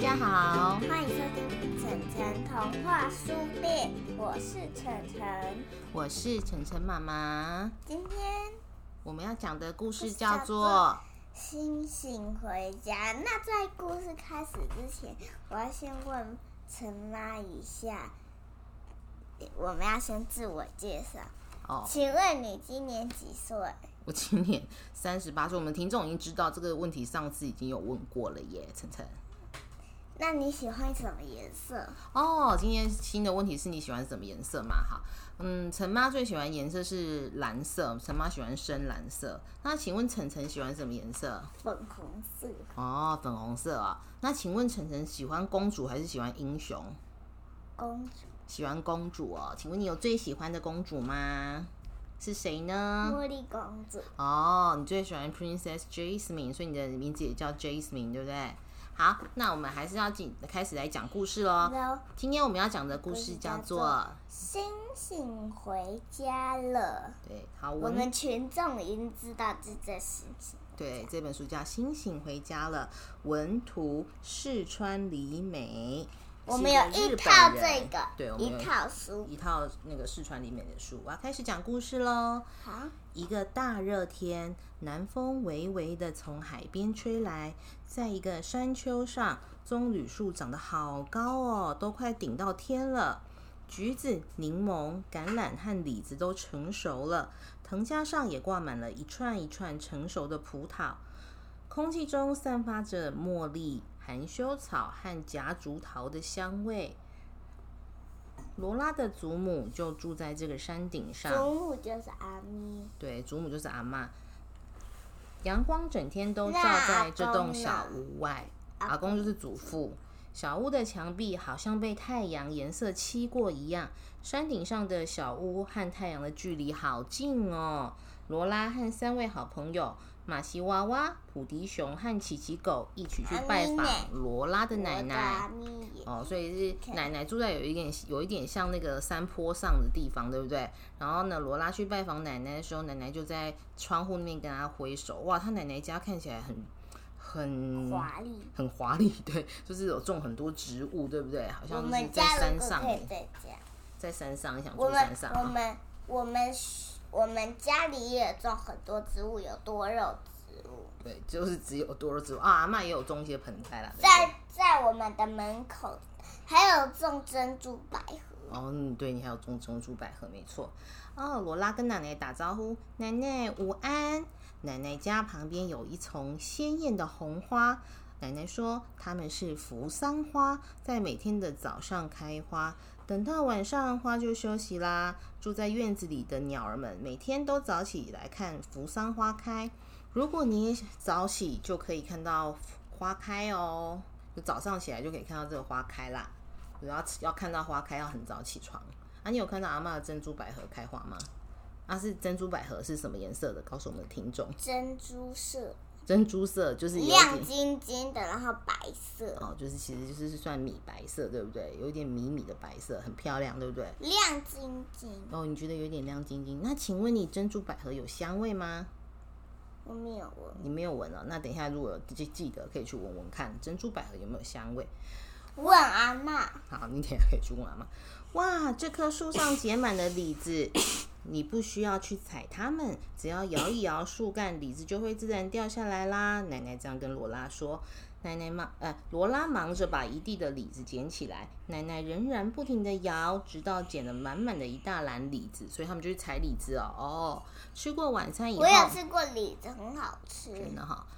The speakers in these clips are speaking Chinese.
家好， 欢迎收听晨晨童话书店，我是晨晨， 我是晨晨妈妈。 今天我们要讲的故事叫做星星回家。那在故事开始之前，我要先问陈妈一下，我们要先自我介绍。请问你今年几岁？ 我今年38岁。我们听众已经知道这个问题，上次已经有问过了耶，晨晨。 那你喜欢什么颜色？ 今天新的问题是你喜欢什么颜色嘛？好，陈妈最喜欢颜色是蓝色，陈妈喜欢深蓝色。那请问晨晨喜欢什么颜色？ 粉红色。 粉红色啊。那请问晨晨喜欢公主还是喜欢英雄？ 公主。 喜欢公主哦。请问你有最喜欢的公主吗？是谁呢？ 茉莉公主。 你最喜欢 Princess Jasmine， 所以你的名字也叫 Jasmine， 对不对？好，那我们还是要开始来讲故事咯。今天我们要讲的故事叫做星星回家了。 对，好， 我们群众已经知道这件事情。 对，这本书叫《星星回家了》，文图视川里美。 我们有一套这个， 对，我们有一套书， 一套那个视川里美的书。我要开始讲故事咯。 好， 一个大热天，南风微微的从海边吹来，在一个山丘上，棕榈树长得好高哦，都快顶到天了。橘子、柠檬、橄榄和李子都成熟了，藤架上也挂满了一串一串成熟的葡萄。空气中散发着茉莉、含羞草和夹竹桃的香味。罗拉的祖母就住在这个山顶上， 祖母就是阿咪。 对，祖母就是阿嬷。阳光整天都照在这栋小屋外，阿公就是祖父。小屋的墙壁好像被太阳颜色漆过一样，山顶上的小屋和太阳的距离好近哦。罗拉和3位好朋友马西娃娃、普迪熊和奇奇狗一起去拜访罗拉的奶奶。所以是奶奶住在有一点像那个山坡上的地方，对不对？然后呢，罗拉去拜访奶奶的时候，奶奶就在窗户那边跟她挥手。哇，她奶奶家看起来很华丽， 很华丽，对，就是有种很多植物，对不对？好像就是在山上。在山上，你想住山上？ 我们家里也种很多植物，有多肉植物。 对，就是只有多肉植物啊。阿嬷也有种一些盆栽啦。 在我们的门口，还有种珍珠百合。 对，你还有种珍珠百合，没错。罗拉跟奶奶打招呼：“奶奶午安。”奶奶家旁边有一丛鲜艳的红花。奶奶说，它们是扶桑花，在每天的早上开花，等到晚上花就休息啦。住在院子里的鸟儿们每天都早起来看扶桑花开。如果你也早起，就可以看到花开哦。就早上起来就可以看到这个花开啦。要看到花开，要很早起床。你有看到阿嬷的珍珠百合开花吗？是珍珠百合是什么颜色的？告诉我们的听众。 珍珠色。 珍珠色就是亮晶晶的，然后白色。 其实就是算米白色，对不对？有一点米的白色，很漂亮，对不对？ 亮晶晶。 你觉得有点亮晶晶？那请问你珍珠百合有香味吗？ 我没有闻。 你没有闻哦？那等一下如果记得可以去闻闻看，珍珠百合有没有香味？ 问阿嬷。 好，你等一下可以去问阿嬷。哇，这棵树上结满了李子，你不需要去采它们，只要摇一摇树干，李子就会自然掉下来啦。奶奶这样跟罗拉说。罗拉忙着把一地的李子捡起来，奶奶仍然不停地摇，直到捡了满满的一大篮李子，所以他们就去采李子哦。吃过晚餐以后， 我有吃过李子，很好吃。 真的哈。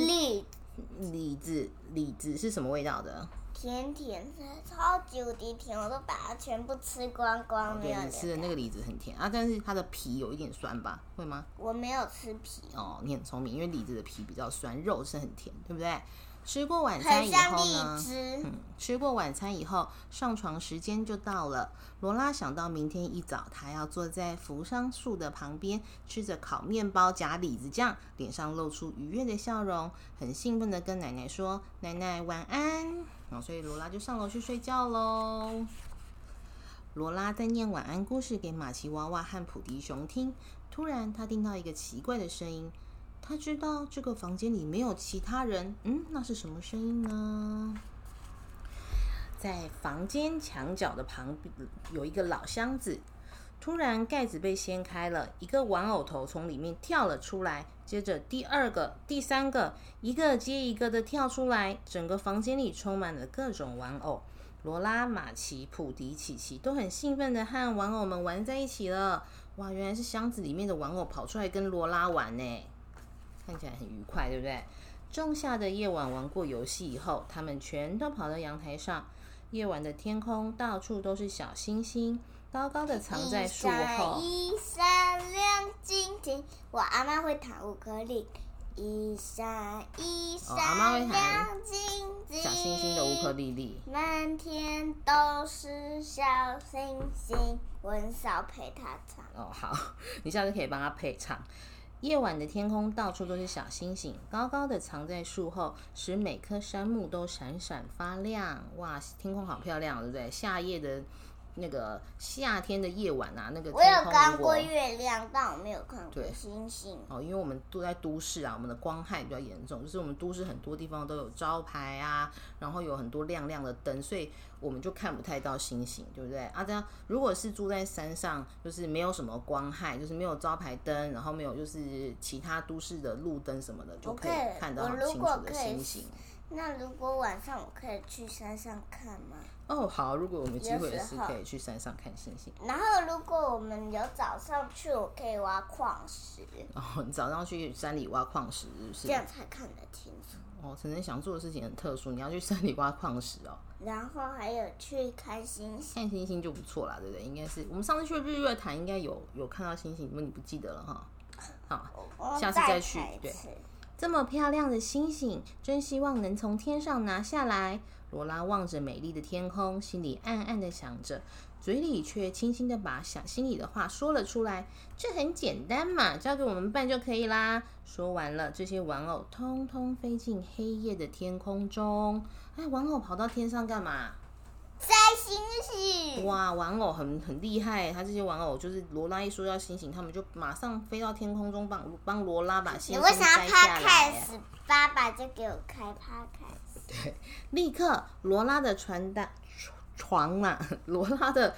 李子是什么味道的？ 甜甜的，超级无敌甜，我都把它全部吃光光。 对，你吃的那个李子很甜但是它的皮有一点酸吧？会吗？ 我没有吃皮。 你很聪明，因为李子的皮比较酸，肉是很甜，对不对？吃过晚餐以后呢？吃过晚餐以后，上床时间就到了。罗拉想到明天一早，她要坐在扶桑树的旁边，吃着烤面包夹李子酱，脸上露出愉悦的笑容，很兴奋地跟奶奶说：“奶奶晚安。”所以罗拉就上楼去睡觉喽。罗拉在念晚安故事给马奇娃娃和普迪熊听，突然她听到一个奇怪的声音。他知道这个房间里没有其他人，那是什么声音呢？ 在房间墙角的旁边有一个老箱子，突然盖子被掀开了，一个玩偶头从里面跳了出来，接着第二个、第三个，一个接一个的跳出来，整个房间里充满了各种玩偶。罗拉、玛奇、普迪、琪琪都很兴奋的和玩偶们玩在一起了。哇，原来是箱子里面的玩偶跑出来跟罗拉玩呢，看起来很愉快，对不对？仲夏的夜晚玩过游戏以后，他们全都跑到阳台上。夜晚的天空到处都是小星星，高高的藏在树后。 一闪亮晶晶，我阿妈会弹乌克丽。一闪一闪亮晶晶， 小星星的乌克丽丽。 满天都是小星星，文嫂陪他唱。 好，你下次可以帮他配唱。夜晚的天空到处都是小星星，高高的藏在树后，使每棵杉木都闪闪发亮。哇，天空好漂亮，对不对？那个夏天的夜晚啊，那个天空我有看过月亮，但我没有看过星星。 因为我们都在都市啊，我们的光害比较严重，就是我们都市很多地方都有招牌啊，然后有很多亮亮的灯，所以我们就看不太到星星，对不对？这样如果是住在山上，就是没有什么光害，就是没有招牌灯，然后没有就是其他都市的路灯什么的，就可以看到很清楚的星星。 那如果晚上我可以去山上看吗？ 好，如果我们机会是可以去山上看星星。 然后如果我们有早上去，我可以挖矿石。 你早上去山里挖矿石是不是？ 这样才看得清楚。 晨晨想做的事情很特殊，你要去山里挖矿石哦。 然后还有去看星星， 看星星就不错啦，对不对？应该是我们上次去日月潭，应该有看到星星，如果你不记得了哈。好，下次再去。对，这么漂亮的星星，真希望能从天上拿下来。罗拉望着美丽的天空，心里暗暗的想着，嘴里却轻轻的把心里的话说了出来。这很简单嘛，交给我们办就可以啦。说完了，这些玩偶通通飞进黑夜的天空中。玩偶跑到天上干嘛？ 摘星星。 哇，玩偶很厉害，他这些玩偶就是罗拉一说要星星，他们就马上飞到天空中帮罗拉把星星摘下来。 你为啥Podcast？爸爸就给我开 Podcast。 对，立刻罗拉的罗拉的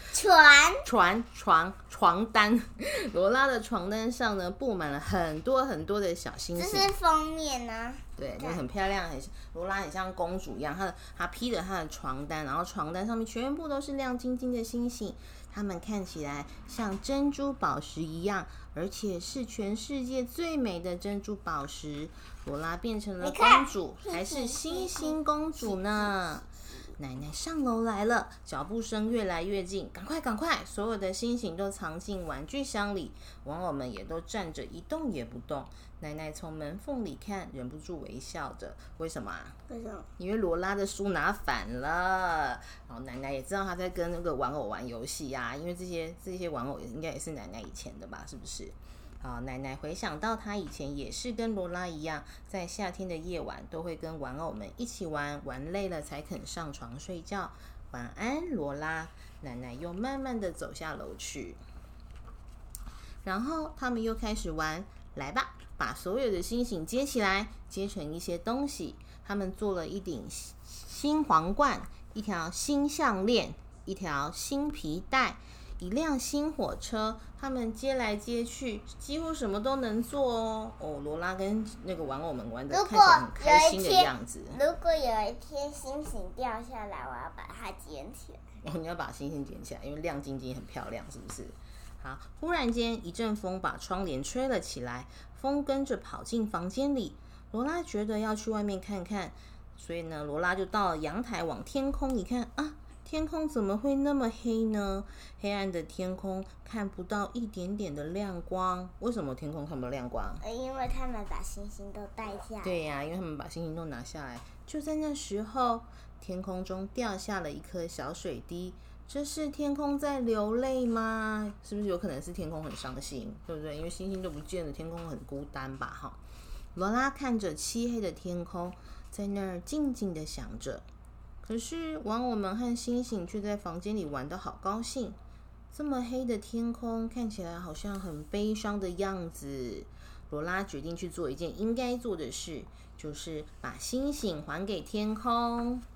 床单，罗拉的床单上呢布满了很多很多的小星星。 这是封面啊。 对，就很漂亮，罗拉很像公主一样，她披着她的床单，然后床单上面全部都是亮晶晶的星星，它们看起来像珍珠宝石一样，而且是全世界最美的珍珠宝石。罗拉变成了公主，还是星星公主呢？奶奶上楼来了，脚步声越来越近，赶快！所有的星星都藏进玩具箱里，玩偶们也都站着一动也不动。奶奶从门缝里看，忍不住微笑着。为什么啊？ 为什么？ 因为罗拉的书拿反了。然后奶奶也知道她在跟那个玩偶玩游戏啊，因为这些玩偶应该也是奶奶以前的吧？是不是？奶奶回想到她以前也是跟罗拉一样，在夏天的夜晚都会跟玩偶们一起玩累了才肯上床睡觉。晚安，罗拉。奶奶又慢慢的走下楼去，然后他们又开始玩。来吧，把所有的星星接起来，接成一些东西。他们做了一顶新皇冠，一条新项链，一条新皮带，一辆新火车。他们接来接去，几乎什么都能做哦。罗拉跟那个玩偶们玩的看起来很开心的样子。 如果有一天星星掉下来，我要把它捡起来。 你要把星星捡起来，因为亮晶晶很漂亮，是不是？好，忽然间一阵风把窗帘吹了起来，风跟着跑进房间里。罗拉觉得要去外面看看，所以呢，罗拉就到了阳台，往天空一看啊，天空怎么会那么黑呢？黑暗的天空看不到一点点的亮光。为什么天空看不到亮光？ 因为他们把星星都带下来。 对呀，因为他们把星星都拿下来。就在那时候，天空中掉下了一颗小水滴。这是天空在流泪吗？是不是有可能是天空很伤心，对不对？因为星星都不见了，天空很孤单吧？罗拉看着漆黑的天空，在那儿静静的想着。可是玩偶们和星星却在房间里玩得好高兴。这么黑的天空看起来好像很悲伤的样子。罗拉决定去做一件应该做的事，就是把星星还给天空。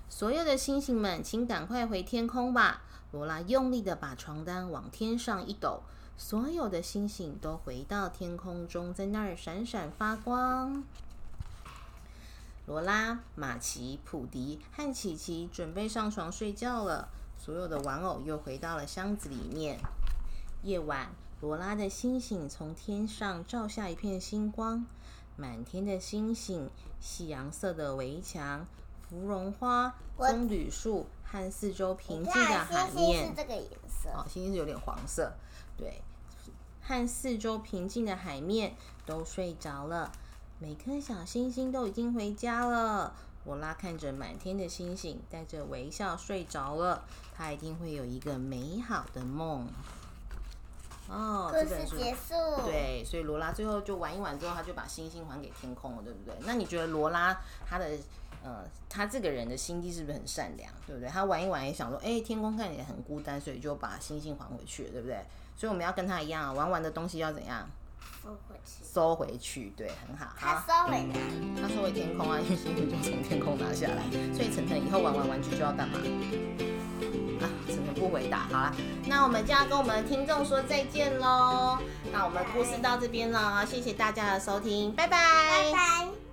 所有的星星们，请赶快回天空吧！罗拉用力的把床单往天上一抖，所有的星星都回到天空中，在那儿闪闪发光。罗拉、马奇、普迪和琪琪准备上床睡觉了，所有的玩偶又回到了箱子里面。夜晚，罗拉的星星从天上照下一片星光，满天的星星，夕阳色的围墙，芙蓉花、棕榈树和四周平静的海面。 星星是这个颜色。 星星是有点黄色，对。和四周平静的海面都睡着了，每颗小星星都已经回家了。罗拉看着满天的星星，带着微笑睡着了。她一定会有一个美好的梦。 故事结束。 对，所以罗拉最后就玩一玩之后，他就把星星还给天空了，对不对？那你觉得罗拉他这个人的心地是不是很善良，对不对？他玩一玩也想说，天空看起来很孤单，所以就把星星还回去了，对不对？所以我们要跟他一样，玩完的东西要怎样？收回去，对，很好。 他收回哪里？ 他收回天空啊，因为星星就从天空拿下来。所以晨晨以后玩完玩具就要干嘛？晨晨不回答。好啦，那我们就要跟我们的听众说再见喽。那我们故事到这边了，谢谢大家的收听，拜拜。 拜拜。